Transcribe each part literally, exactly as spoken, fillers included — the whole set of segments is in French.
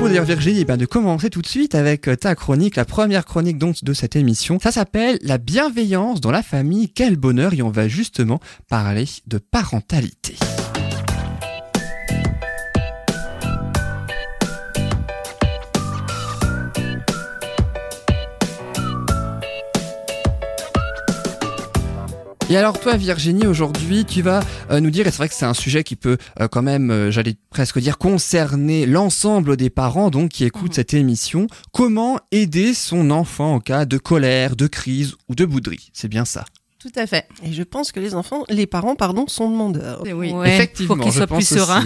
propose d'ailleurs Virginie ben, de commencer tout de suite avec ta chronique, la première chronique donc de cette émission. Ça s'appelle La bienveillance dans la famille, quel bonheur, et on va justement parler de parentalité. Et alors toi Virginie, aujourd'hui tu vas euh, nous dire, et c'est vrai que c'est un sujet qui peut euh, quand même, euh, j'allais presque dire, concerner l'ensemble des parents donc qui écoutent mmh. cette émission, comment aider son enfant en cas de colère, de crise ou de bouderie. C'est bien ça. Tout à fait. Et je pense que les enfants, les parents, pardon, sont demandeurs. Oui, ouais, effectivement. Faut qu'ils soient plus sereins.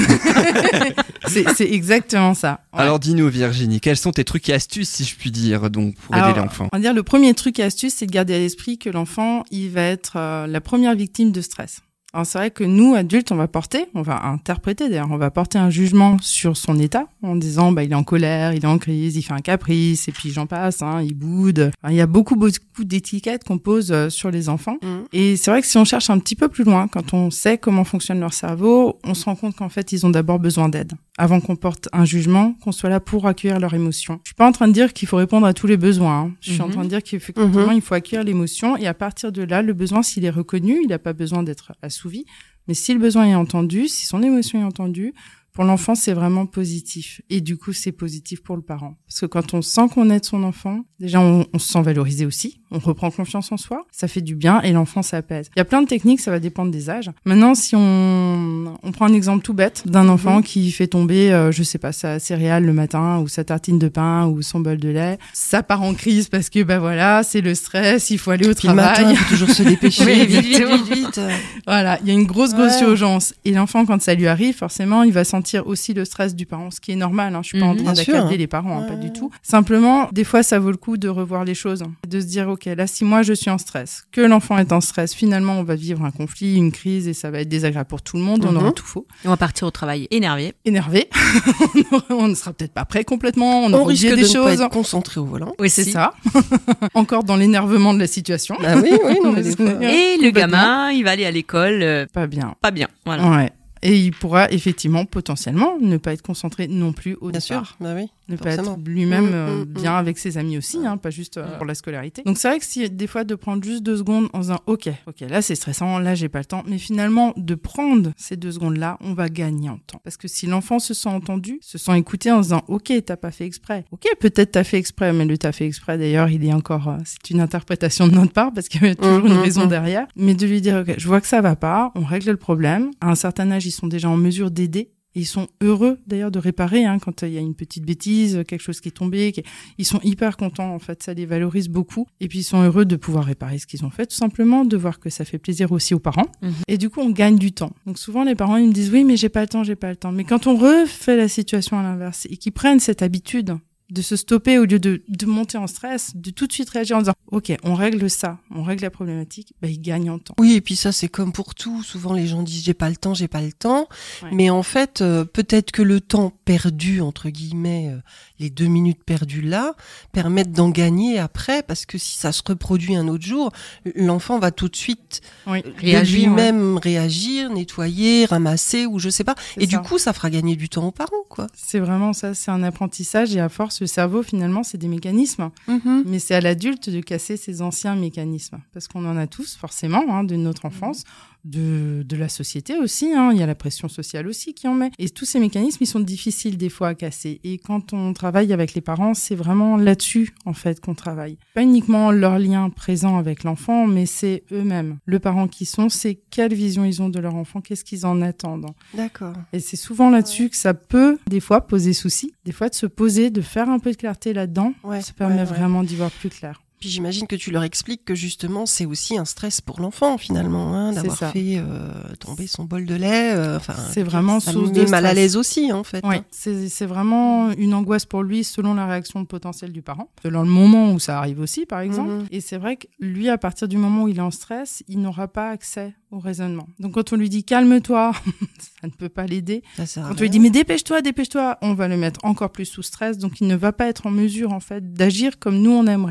Oui. c'est, c'est exactement ça. Ouais. Alors dis-nous Virginie, quels sont tes trucs et astuces si je puis dire donc pour Alors, aider l'enfant? On va dire le premier truc et astuce, c'est de garder à l'esprit que l'enfant, il va être euh, la première victime de stress. Alors c'est vrai que nous, adultes, on va porter, on va interpréter d'ailleurs, on va porter un jugement sur son état en disant bah il est en colère, il est en crise, il fait un caprice et puis j'en passe, hein, il boude. Enfin, il y a beaucoup beaucoup d'étiquettes qu'on pose euh, sur les enfants mmh. et c'est vrai que si on cherche un petit peu plus loin, quand on sait comment fonctionne leur cerveau, on se rend compte qu'en fait ils ont d'abord besoin d'aide avant qu'on porte un jugement, qu'on soit là pour accueillir leurs émotions. Je suis pas en train de dire qu'il faut répondre à tous les besoins. Hein. Je suis mmh. en train de dire qu'effectivement mmh. il faut accueillir l'émotion et à partir de là, le besoin s'il est reconnu, il n'a pas besoin d'être assouvi. Mais si le besoin est entendu, si son émotion est entendue, pour l'enfant, c'est vraiment positif. Et du coup, c'est positif pour le parent. Parce que quand on sent qu'on aide son enfant, déjà, on, on se sent valorisé aussi. On reprend confiance en soi. Ça fait du bien et l'enfant s'apaise. Il y a plein de techniques, ça va dépendre des âges. Maintenant, si on, on prend un exemple tout bête d'un enfant mmh. qui fait tomber, euh, je sais pas, sa céréale le matin ou sa tartine de pain ou son bol de lait, ça part en crise parce que, bah voilà, c'est le stress, il faut aller au Puis travail. Le matin, il faut toujours se dépêcher. Oui, vite, vite, vite, vite. Voilà, il y a une grosse, grosse ouais. urgence. Et l'enfant, quand ça lui arrive, forcément, il va sentir aussi le stress du parent, ce qui est normal. Hein. Je suis pas mmh, en train d'accabler sûr. les parents, hein, ouais. pas du tout. Simplement, des fois, ça vaut le coup de revoir les choses, de se dire, ok, là, si moi je suis en stress, que l'enfant est en stress, finalement, on va vivre un conflit, une crise, et ça va être désagréable pour tout le monde. Mmh. On aura tout faux. On va partir au travail énervé. Énervé. On ne sera peut-être pas prêt complètement. On, on aura risque oublié de des ne choses. pas être concentré au volant. Oui, c'est si. ça. Encore dans l'énervement de la situation. Ah oui, oui, non, mais des fois. Et le gamin, il va aller à l'école. Euh, pas bien. Pas bien. Voilà. Ouais. Et il pourra effectivement, potentiellement, ne pas être concentré non plus au bien départ. Sûr, bah oui, ne forcément. pas être lui-même mmh, euh, mmh, bien mmh. avec ses amis aussi, hein, pas juste euh, pour la scolarité. Donc c'est vrai que si des fois de prendre juste deux secondes en disant ok, ok, là c'est stressant, là j'ai pas le temps, mais finalement de prendre ces deux secondes-là, on va gagner en temps. Parce que si l'enfant se sent entendu, se sent écouté en disant ok, t'as pas fait exprès, ok, peut-être t'as fait exprès, mais le t'as fait exprès d'ailleurs, il est encore, euh, c'est une interprétation de notre part parce qu'il y a toujours mmh, une raison mmh. derrière. Mais de lui dire ok, je vois que ça va pas, on règle le problème. À un certain âge, ils sont déjà en mesure d'aider. Et ils sont heureux d'ailleurs de réparer hein, quand il y a une petite bêtise, quelque chose qui est tombé. Qui est... Ils sont hyper contents en fait, ça les valorise beaucoup. Et puis ils sont heureux de pouvoir réparer ce qu'ils ont fait, tout simplement, de voir que ça fait plaisir aussi aux parents. Mmh. Et du coup, on gagne du temps. Donc souvent les parents ils me disent oui mais j'ai pas le temps, j'ai pas le temps. Mais quand on refait la situation à l'inverse et qu'ils prennent cette habitude de se stopper au lieu de, de monter en stress, de tout de suite réagir en disant « Ok, on règle ça, on règle la problématique », bah, ils gagnent en temps. Oui, et puis ça, c'est comme pour tout. Souvent, les gens disent « J'ai pas le temps, j'ai pas le temps ouais. ». Mais en fait, euh, peut-être que le temps perdu, entre guillemets, euh, les deux minutes perdues là, permettent d'en gagner après, parce que si ça se reproduit un autre jour, l'enfant va tout de suite oui. de réagir, lui-même ouais. réagir, nettoyer, ramasser, ou je sais pas. C'est et ça. Du coup, ça fera gagner du temps aux parents, quoi. C'est vraiment ça, c'est un apprentissage, et à force, le cerveau, finalement, c'est des mécanismes. Mm-hmm. Mais c'est à l'adulte de casser ces anciens mécanismes. Parce qu'on en a tous, forcément, hein, de notre enfance, de, de la société aussi. Hein. Il y a la pression sociale aussi qui en met. Et tous ces mécanismes, ils sont difficiles des fois à casser. Et quand on travaille avec les parents, c'est vraiment là-dessus, en fait, qu'on travaille. Pas uniquement leur lien présent avec l'enfant, mais c'est eux-mêmes. Le parent qui sont, c'est quelle vision ils ont de leur enfant, qu'est-ce qu'ils en attendent. D'accord. Et c'est souvent là-dessus ouais. que ça peut, des fois, poser souci. Des fois, de se poser, de faire un peu de clarté là-dedans, ouais, ça permet ouais, ouais. vraiment d'y voir plus clair. Puis j'imagine que tu leur expliques que justement c'est aussi un stress pour l'enfant finalement, hein, d'avoir fait euh, tomber son bol de lait. Euh, c'est vraiment ça source met de mal à l'aise aussi en fait. Oui, c'est, c'est vraiment une angoisse pour lui selon la réaction potentielle du parent, selon le moment où ça arrive aussi par exemple. Mm-hmm. Et c'est vrai que lui, à partir du moment où il est en stress, il n'aura pas accès au raisonnement. Donc quand on lui dit calme-toi, ça ne peut pas l'aider. Ça quand on lui dit mais dépêche-toi, dépêche-toi, on va le mettre encore plus sous stress. Donc il ne va pas être en mesure en fait d'agir comme nous on aimerait.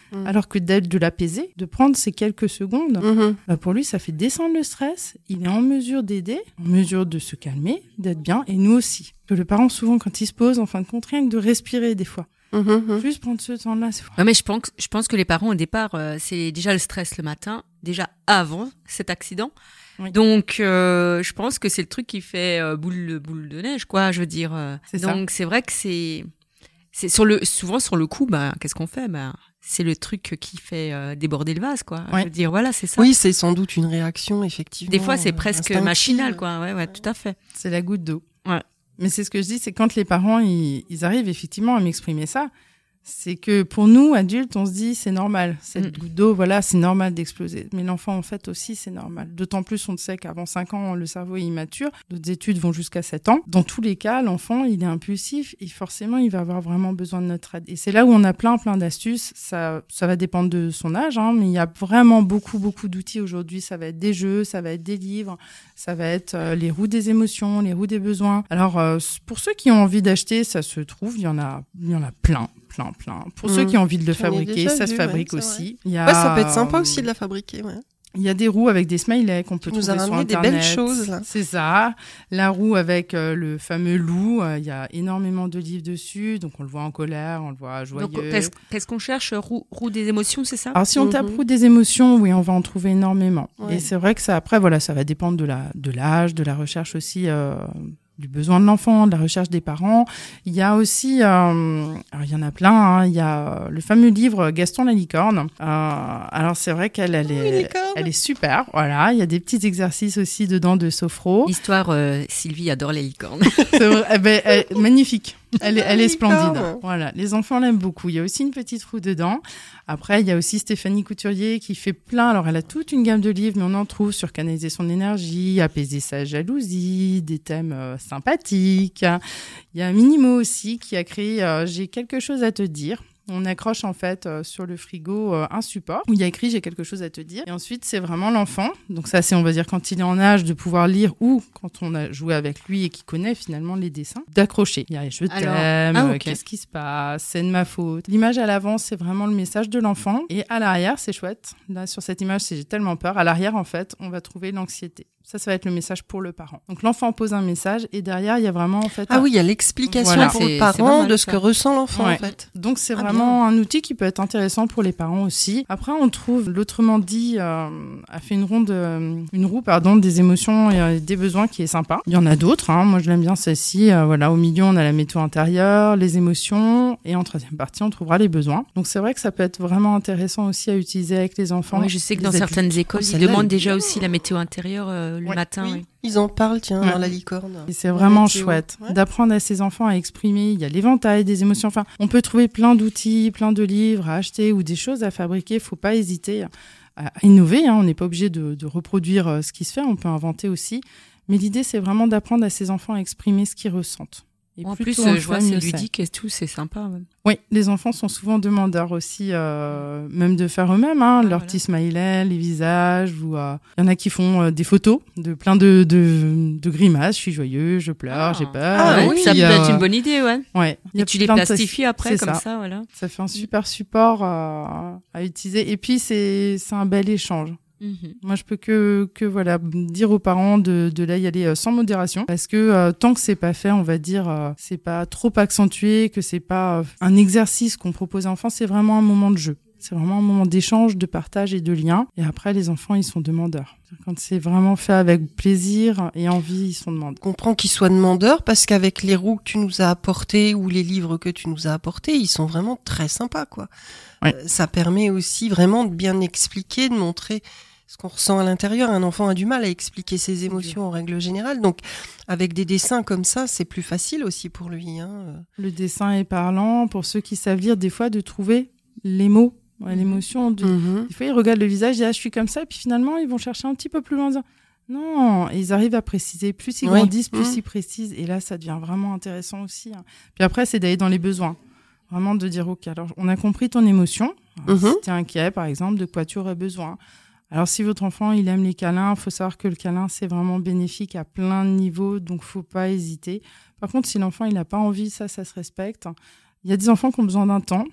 Mmh. Alors que d'être de l'apaiser, de prendre ces quelques secondes, mmh. bah pour lui, ça fait descendre le stress. Il est en mesure d'aider, en mesure de se calmer, d'être bien, et nous aussi. Que le parent, souvent, quand il se pose, en fin de compte, rien que de respirer des fois. Mmh. Juste prendre ce temps-là, c'est fou. Ouais, mais je pense, je pense que les parents, au départ, euh, c'est déjà le stress le matin, déjà avant cet accident. Oui. Donc, euh, je pense que c'est le truc qui fait euh, boule, boule de neige, quoi. Je veux dire. Euh, c'est donc, ça. C'est vrai que c'est, c'est sur le, souvent sur le coup, bah, qu'est-ce qu'on fait, bah, c'est le truc qui fait euh, déborder le vase, quoi. Ouais. Je veux dire, voilà, c'est ça. Oui, c'est sans doute une réaction, effectivement. Des fois, c'est presque machinal, quoi. Ouais, ouais, tout à fait. C'est la goutte d'eau. Ouais. Mais c'est ce que je dis, c'est quand les parents, ils, ils arrivent effectivement à m'exprimer ça. C'est que pour nous, adultes, on se dit c'est normal. Cette mmh. goutte d'eau, voilà, c'est normal d'exploser. Mais l'enfant, en fait, aussi, c'est normal. D'autant plus, on sait qu'avant cinq ans, le cerveau est immature. D'autres études vont jusqu'à sept ans. Dans tous les cas, l'enfant, il est impulsif et forcément, il va avoir vraiment besoin de notre aide. Et c'est là où on a plein, plein d'astuces. Ça, ça va dépendre de son âge, hein, mais il y a vraiment beaucoup, beaucoup d'outils aujourd'hui. Ça va être des jeux, ça va être des livres, ça va être euh, les roues des émotions, les roues des besoins. Alors, euh, pour ceux qui ont envie d'acheter, ça se trouve, il y en a, il y en a plein. Plein, plein. Pour mmh. ceux qui ont envie de le J'en fabriquer, ça vu, se fabrique ouais, aussi. Il y a... ouais, ça peut être sympa aussi de la fabriquer. Ouais. Il y a des roues avec des smileys qu'on peut tu trouver nous as sur Internet. Des belles choses, là. C'est ça. La roue avec euh, le fameux loup. Euh, il y a énormément de livres dessus. Donc, on le voit en colère, on le voit joyeux. Donc, qu'est-ce, qu'est-ce qu'on cherche roue, roue des émotions, c'est ça? Alors, si on mm-hmm. tape roue des émotions, oui, on va en trouver énormément. Ouais. Et c'est vrai que ça, après, voilà, ça va dépendre de, la, de l'âge, de la recherche aussi... Euh, du besoin de l'enfant, de la recherche des parents. Il y a aussi, euh, alors il y en a plein, hein, il y a le fameux livre Gaston la licorne. Euh, alors c'est vrai qu'elle elle est, elle est super, voilà. Il y a des petits exercices aussi dedans de sophro. L'histoire, euh, Sylvie adore les licornes. C'est vrai, eh ben, elle, magnifique. Elle est, elle est splendide. Voilà, les enfants l'aiment beaucoup. Il y a aussi une petite roue dedans. Après, il y a aussi Stéphanie Couturier qui fait plein. Alors, elle a toute une gamme de livres, mais on en trouve sur canaliser son énergie, apaiser sa jalousie, des thèmes euh, sympathiques. Il y a Minimo aussi qui a créé euh, J'ai quelque chose à te dire. On accroche en fait euh, sur le frigo euh, un support où il y a écrit j'ai quelque chose à te dire. Et ensuite, c'est vraiment l'enfant. Donc ça, c'est on va dire quand il est en âge de pouvoir lire ou quand on a joué avec lui et qu'il connaît finalement les dessins, d'accrocher. Il y a je t'aime, ah, okay. euh, qu'est-ce qui se passe, c'est de ma faute. L'image à l'avant, c'est vraiment le message de l'enfant. Et à l'arrière, c'est chouette. Là, sur cette image, c'est j'ai tellement peur. À l'arrière, en fait, on va trouver l'anxiété. Ça, ça va être le message pour le parent. Donc, l'enfant pose un message et derrière, il y a vraiment, en fait... Ah un... oui, il y a l'explication voilà. pour c'est, le parent de ce ça. que ressent l'enfant, ouais. en fait. Donc, c'est ah, vraiment bien. un outil qui peut être intéressant pour les parents aussi. Après, on trouve, l'autrement dit, euh, a fait une ronde, euh, une roue, pardon, des émotions et euh, des besoins qui est sympa. Il y en a d'autres, hein. Moi, je l'aime bien celle-ci. Euh, voilà, au milieu, on a la météo intérieure, les émotions et en troisième partie, on trouvera les besoins. Donc, c'est vrai que ça peut être vraiment intéressant aussi à utiliser avec les enfants. Oui, je sais que dans adultes. certaines écoles, ils demandent déjà aussi la météo intérieure euh, le ouais. matin. Oui. Oui. Ils en parlent, tiens, ouais. dans la licorne. Et c'est vraiment chouette ouais. d'apprendre à ses enfants à exprimer. Il y a l'éventail des émotions. Enfin, on peut trouver plein d'outils, plein de livres à acheter ou des choses à fabriquer. Il ne faut pas hésiter à, à innover. Hein. On n'est pas obligé de, de reproduire ce qui se fait. On peut inventer aussi. Mais l'idée, c'est vraiment d'apprendre à ses enfants à exprimer ce qu'ils ressentent. Et en plus, je vois, c'est ludique et tout, c'est sympa. Même. Oui, les enfants sont souvent demandeurs aussi, euh, même de faire eux-mêmes, hein, ah, leurs voilà. petits smileys, les visages. Ou, euh, il y en a qui font euh, des photos de plein de, de, de grimaces. Je suis joyeux, je pleure, ah. j'ai peur. Ah, oui, ça peut euh, être une bonne idée, ouais. ouais et tu les plastifies après, comme ça. ça, voilà. Ça fait un super support euh, à utiliser. Et puis, c'est, c'est un bel échange. Mmh. Moi, je peux que, que voilà, dire aux parents de, de là y aller euh, sans modération parce que euh, tant que c'est pas fait, on va dire, euh, c'est pas trop accentué, que c'est pas euh, un exercice qu'on propose aux enfants, c'est vraiment un moment de jeu. C'est vraiment un moment d'échange, de partage et de lien. Et après, les enfants, ils sont demandeurs. Quand c'est vraiment fait avec plaisir et envie, ils sont demandeurs. Je comprends qu'ils soient demandeurs parce qu'avec les roues que tu nous as apportées ou les livres que tu nous as apportés, ils sont vraiment très sympas, quoi. Ouais. Euh, ça permet aussi vraiment de bien expliquer, de montrer ce qu'on ressent à l'intérieur. Un enfant a du mal à expliquer ses émotions en règle générale. Donc, avec des dessins comme ça, c'est plus facile aussi pour lui. Hein. Le dessin est parlant. Pour ceux qui savent lire, des fois, de trouver les mots, ouais, l'émotion. De... Mm-hmm. Des fois, ils regardent le visage, ils disent « Ah, je suis comme ça ». Et puis finalement, ils vont chercher un petit peu plus loin. Non, et ils arrivent à préciser. Plus ils oui. grandissent, plus mmh. ils précisent. Et là, ça devient vraiment intéressant aussi. Hein. Puis après, c'est d'aller dans les besoins. Vraiment de dire « Ok, alors on a compris ton émotion. Alors, mm-hmm. Si tu es inquiet, par exemple, de quoi tu aurais besoin ?» Alors, si votre enfant, il aime les câlins, il faut savoir que le câlin, c'est vraiment bénéfique à plein de niveaux, donc il ne faut pas hésiter. Par contre, si l'enfant, il n'a pas envie, ça, ça se respecte. Il y a des enfants qui ont besoin d'un temps,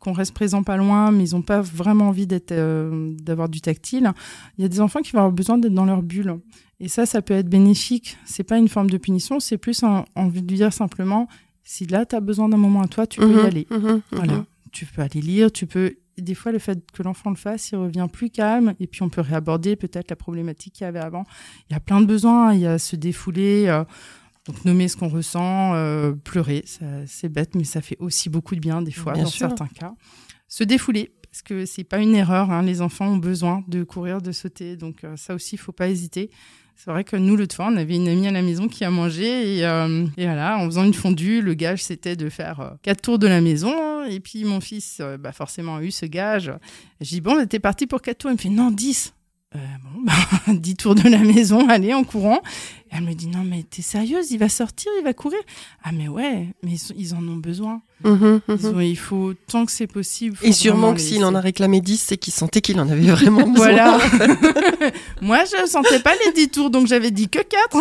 qu'on reste présent pas loin, mais ils ont pas vraiment envie d'être, euh, d'avoir du tactile. Il y a des enfants qui vont avoir besoin d'être dans leur bulle. Et ça, ça peut être bénéfique. C'est pas une forme de punition, c'est plus un, envie de lui dire simplement, si là, tu as besoin d'un moment à toi, tu peux mmh, y aller. Mmh, mmh. Voilà. Tu peux aller lire, tu peux... Des fois, le fait que l'enfant le fasse, il revient plus calme et puis on peut réaborder peut-être la problématique qu'il y avait avant. Il y a plein de besoins, il y a se défouler, euh, donc nommer ce qu'on ressent, euh, pleurer, ça, c'est bête, mais ça fait aussi beaucoup de bien des fois, bien dans sûr. Certains cas. Se défouler, parce que c'est pas une erreur, hein, les enfants ont besoin de courir, de sauter, donc euh, ça aussi, il faut pas hésiter. C'est vrai que nous, l'autre fois, on avait une amie à la maison qui a mangé et, euh, et voilà, en faisant une fondue, le gage, c'était de faire euh, quatre tours de la maison. Et puis, mon fils, euh, bah, forcément, a eu ce gage. J'ai dit, bon, bah, t'es parti pour quatre tours. Il me fait, non, dix. Euh, bon, bah, dix tours de la maison, allez, en courant. Et elle me dit, non, mais t'es sérieuse, il va sortir, il va courir. Ah, mais ouais, mais ils, ils en ont besoin. Mmh, mmh. Ils ont, il faut, tant que c'est possible. Et sûrement que s'il en a réclamé dix, c'est qu'il sentait qu'il en avait vraiment besoin. Voilà. Moi, je sentais pas les dix tours, donc j'avais dit que quatre.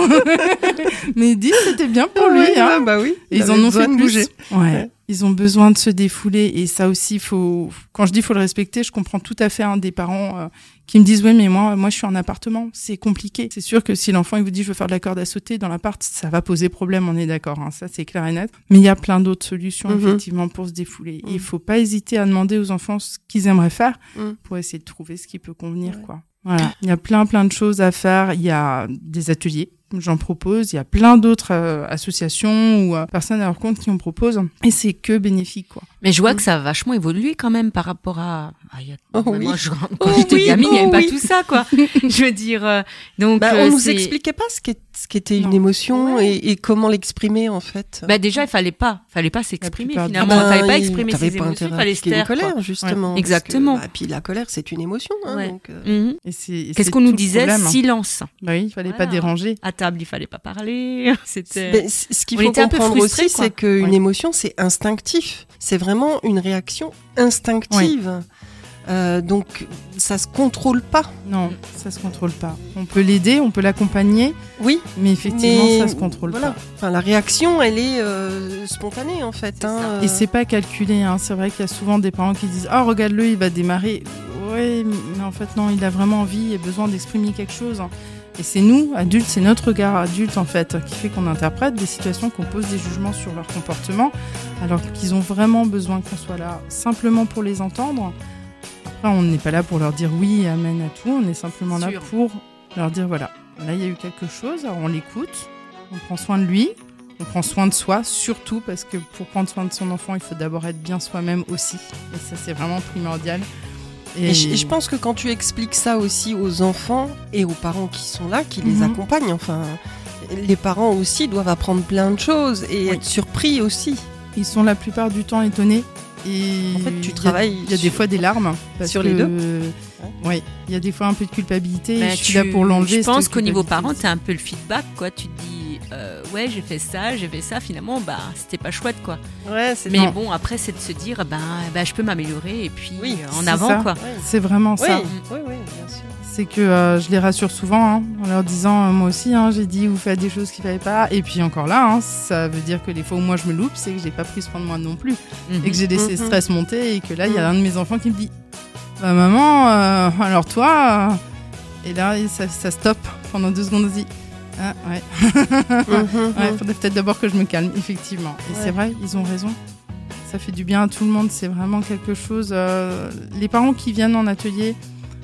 Mais dix, c'était bien pour lui. Ouais, hein. Bah oui. Ils en ont fait plus. Bouger. Ouais. ouais. Ils ont besoin de se défouler et ça aussi, faut. Quand je dis faut le respecter, je comprends tout à fait hein, des parents euh, qui me disent oui, mais moi, moi, je suis en appartement, c'est compliqué. C'est sûr que si l'enfant il vous dit je veux faire de la corde à sauter dans l'appart, ça va poser problème, on est d'accord. Hein, ça, c'est clair et net. Mais il y a plein d'autres solutions mm-hmm. effectivement pour se défouler. Mm-hmm. Et il faut pas hésiter à demander aux enfants ce qu'ils aimeraient faire mm. pour essayer de trouver ce qui peut convenir, ouais. quoi. Voilà. Il y a plein, plein de choses à faire. Il y a des ateliers. J'en propose. Il y a plein d'autres euh, associations ou euh, personnes à leur compte qui en proposent. Et c'est que bénéfique, quoi. Mais je vois mmh. que ça a vachement évolué quand même par rapport à... Ah, y a... oh, oui. Moi, je... quand oh, j'étais oui, gamine, il n'y oh, avait oui. pas tout ça, quoi. Je veux dire... Euh, donc, bah, euh, on nous c'est... expliquait pas ce qu'est ce qu'était une émotion ouais. et, et comment l'exprimer, en fait. Bah, déjà, il fallait pas. Il fallait pas s'exprimer, finalement. Il bah, fallait pas exprimer ses pas émotions. Il fallait se taire. La colère, justement. Ouais. Exactement. Que, bah, puis la colère, c'est une émotion. Hein, ouais. donc, euh... mmh. et c'est, et Qu'est-ce c'est qu'on nous disait? Problème. Silence. Bah oui, il fallait voilà. pas déranger. À table, il fallait pas parler. C'était... Mais ce qu'il faut comprendre aussi, c'est qu'une ouais. émotion, c'est instinctif. C'est vraiment une réaction instinctive. Oui. Euh, donc, ça se contrôle pas. Non, ça se contrôle pas. On peut l'aider, on peut l'accompagner. Oui. Mais effectivement, mais ça se contrôle voilà. pas. Enfin, la réaction, elle est euh, spontanée, en fait. Hein. Et c'est pas calculé. Hein. C'est vrai qu'il y a souvent des parents qui disent « Oh, regarde-le, il va démarrer. » Ouais, mais en fait, non, il a vraiment envie et besoin d'exprimer quelque chose. Et c'est nous, adultes, c'est notre regard adulte, en fait, qui fait qu'on interprète des situations, qu'on pose des jugements sur leur comportement, alors qu'ils ont vraiment besoin qu'on soit là simplement pour les entendre. Après, on n'est pas là pour leur dire oui, amen à tout, on est simplement là pour leur dire voilà, là, il y a eu quelque chose, alors on l'écoute, on prend soin de lui, on prend soin de soi, surtout parce que pour prendre soin de son enfant, il faut d'abord être bien soi-même aussi. Et ça, c'est vraiment primordial. Et, et, je, et je pense que quand tu expliques ça aussi aux enfants et aux parents qui sont là, qui les mm-hmm. accompagnent, enfin, les parents aussi doivent apprendre plein de choses et oui. être surpris aussi. Ils sont la plupart du temps étonnés. Et en fait, tu travailles. Il y a des fois des larmes. Parce sur que, les deux. Euh, oui, il y a des fois un peu de culpabilité. Bah, et je suis là pour l'enlever. Je pense qu'au niveau parent, tu as un peu le feedback, quoi. Tu te dis, euh, ouais, j'ai fait ça, j'ai fait ça. Finalement, bah, c'était pas chouette, quoi. Ouais, c'est Mais non. bon, après, c'est de se dire, bah, bah, je peux m'améliorer et puis oui, euh, en avant, ça. quoi. Ouais. C'est vraiment oui. ça. Oui, oui, bien sûr. C'est que euh, je les rassure souvent hein, en leur disant euh, moi aussi hein, j'ai dit vous faites des choses qu'il fallait pas et puis encore là hein, ça veut dire que les fois où moi je me loupe c'est que j'ai pas pris soin de moi non plus mm-hmm. et que j'ai laissé le stress monter et que là il y a un de mes enfants qui me dit bah maman euh, alors toi euh... et là ça, ça stoppe pendant deux secondes on se dit ah ouais mm-hmm. ouais faudrait peut-être d'abord que je me calme effectivement et ouais. c'est vrai ils ont raison. Ça fait du bien à tout le monde c'est vraiment quelque chose euh... les parents qui viennent en atelier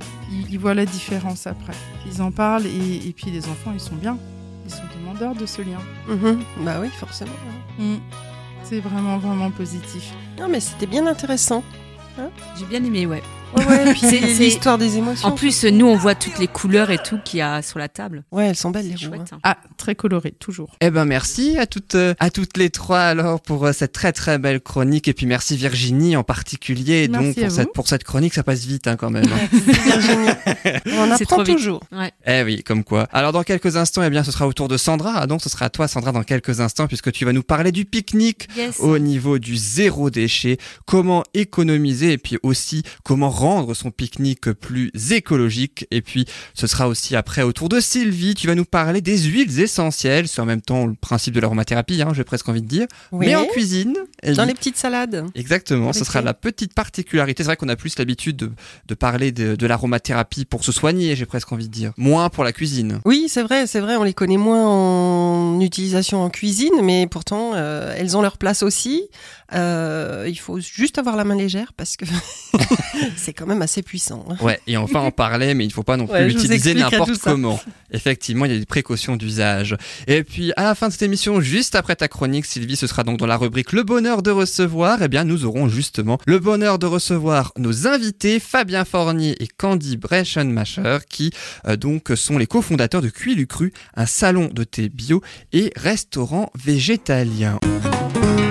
ils voient la différence après. Ils en parlent et, et puis les enfants, ils sont bien. Ils sont demandeurs de ce lien. Mmh. Bah oui, forcément. Mmh. C'est vraiment, vraiment positif. Non, mais c'était bien intéressant. Hein J'ai bien aimé, ouais. Ouais, ouais, puis c'est, c'est l'histoire des émotions. En plus, nous, on voit toutes les couleurs et tout qu'il y a sur la table. Ouais, elles sont belles, les roues. Hein. Ah, très colorées, toujours. Eh ben, merci à toutes, euh, à toutes les trois, alors, pour euh, cette très, très belle chronique. Et puis, merci Virginie en particulier. Merci donc, pour cette, pour cette chronique, ça passe vite, hein, quand même. Merci Virginie. On c'est apprend toujours. Ouais. Eh oui, comme quoi. Alors, dans quelques instants, eh bien, ce sera au tour de Sandra. Donc, ce sera à toi, Sandra, dans quelques instants, puisque tu vas nous parler du pique-nique yes. au niveau du zéro déchet. Comment économiser et puis aussi comment rendre son pique-nique plus écologique. Et puis, ce sera aussi après au tour de Sylvie. Tu vas nous parler des huiles essentielles. C'est en même temps le principe de l'aromathérapie, hein, j'ai presque envie de dire. Oui. Mais en cuisine. Dans les petites salades. Exactement. Ce sera la petite particularité. C'est vrai qu'on a plus l'habitude de, de parler de, de l'aromathérapie pour se soigner, j'ai presque envie de dire. Moins pour la cuisine. Oui, c'est vrai, c'est vrai. On les connaît moins en utilisation en cuisine, mais pourtant, euh, elles ont leur place aussi. Euh, il faut juste avoir la main légère parce que c'est quand même assez puissant. Ouais, et enfin en parler, mais il ne faut pas non plus ouais, l'utiliser n'importe comment. Effectivement, il y a des précautions d'usage. Et puis, à la fin de cette émission, juste après ta chronique, Sylvie, ce sera donc dans la rubrique Le bonheur de recevoir. Eh bien, nous aurons justement le bonheur de recevoir nos invités, Fabien Fornier et Candy Breschenmacher, qui euh, donc sont les cofondateurs de Cuit Lucru, un salon de thé bio et restaurant végétalien.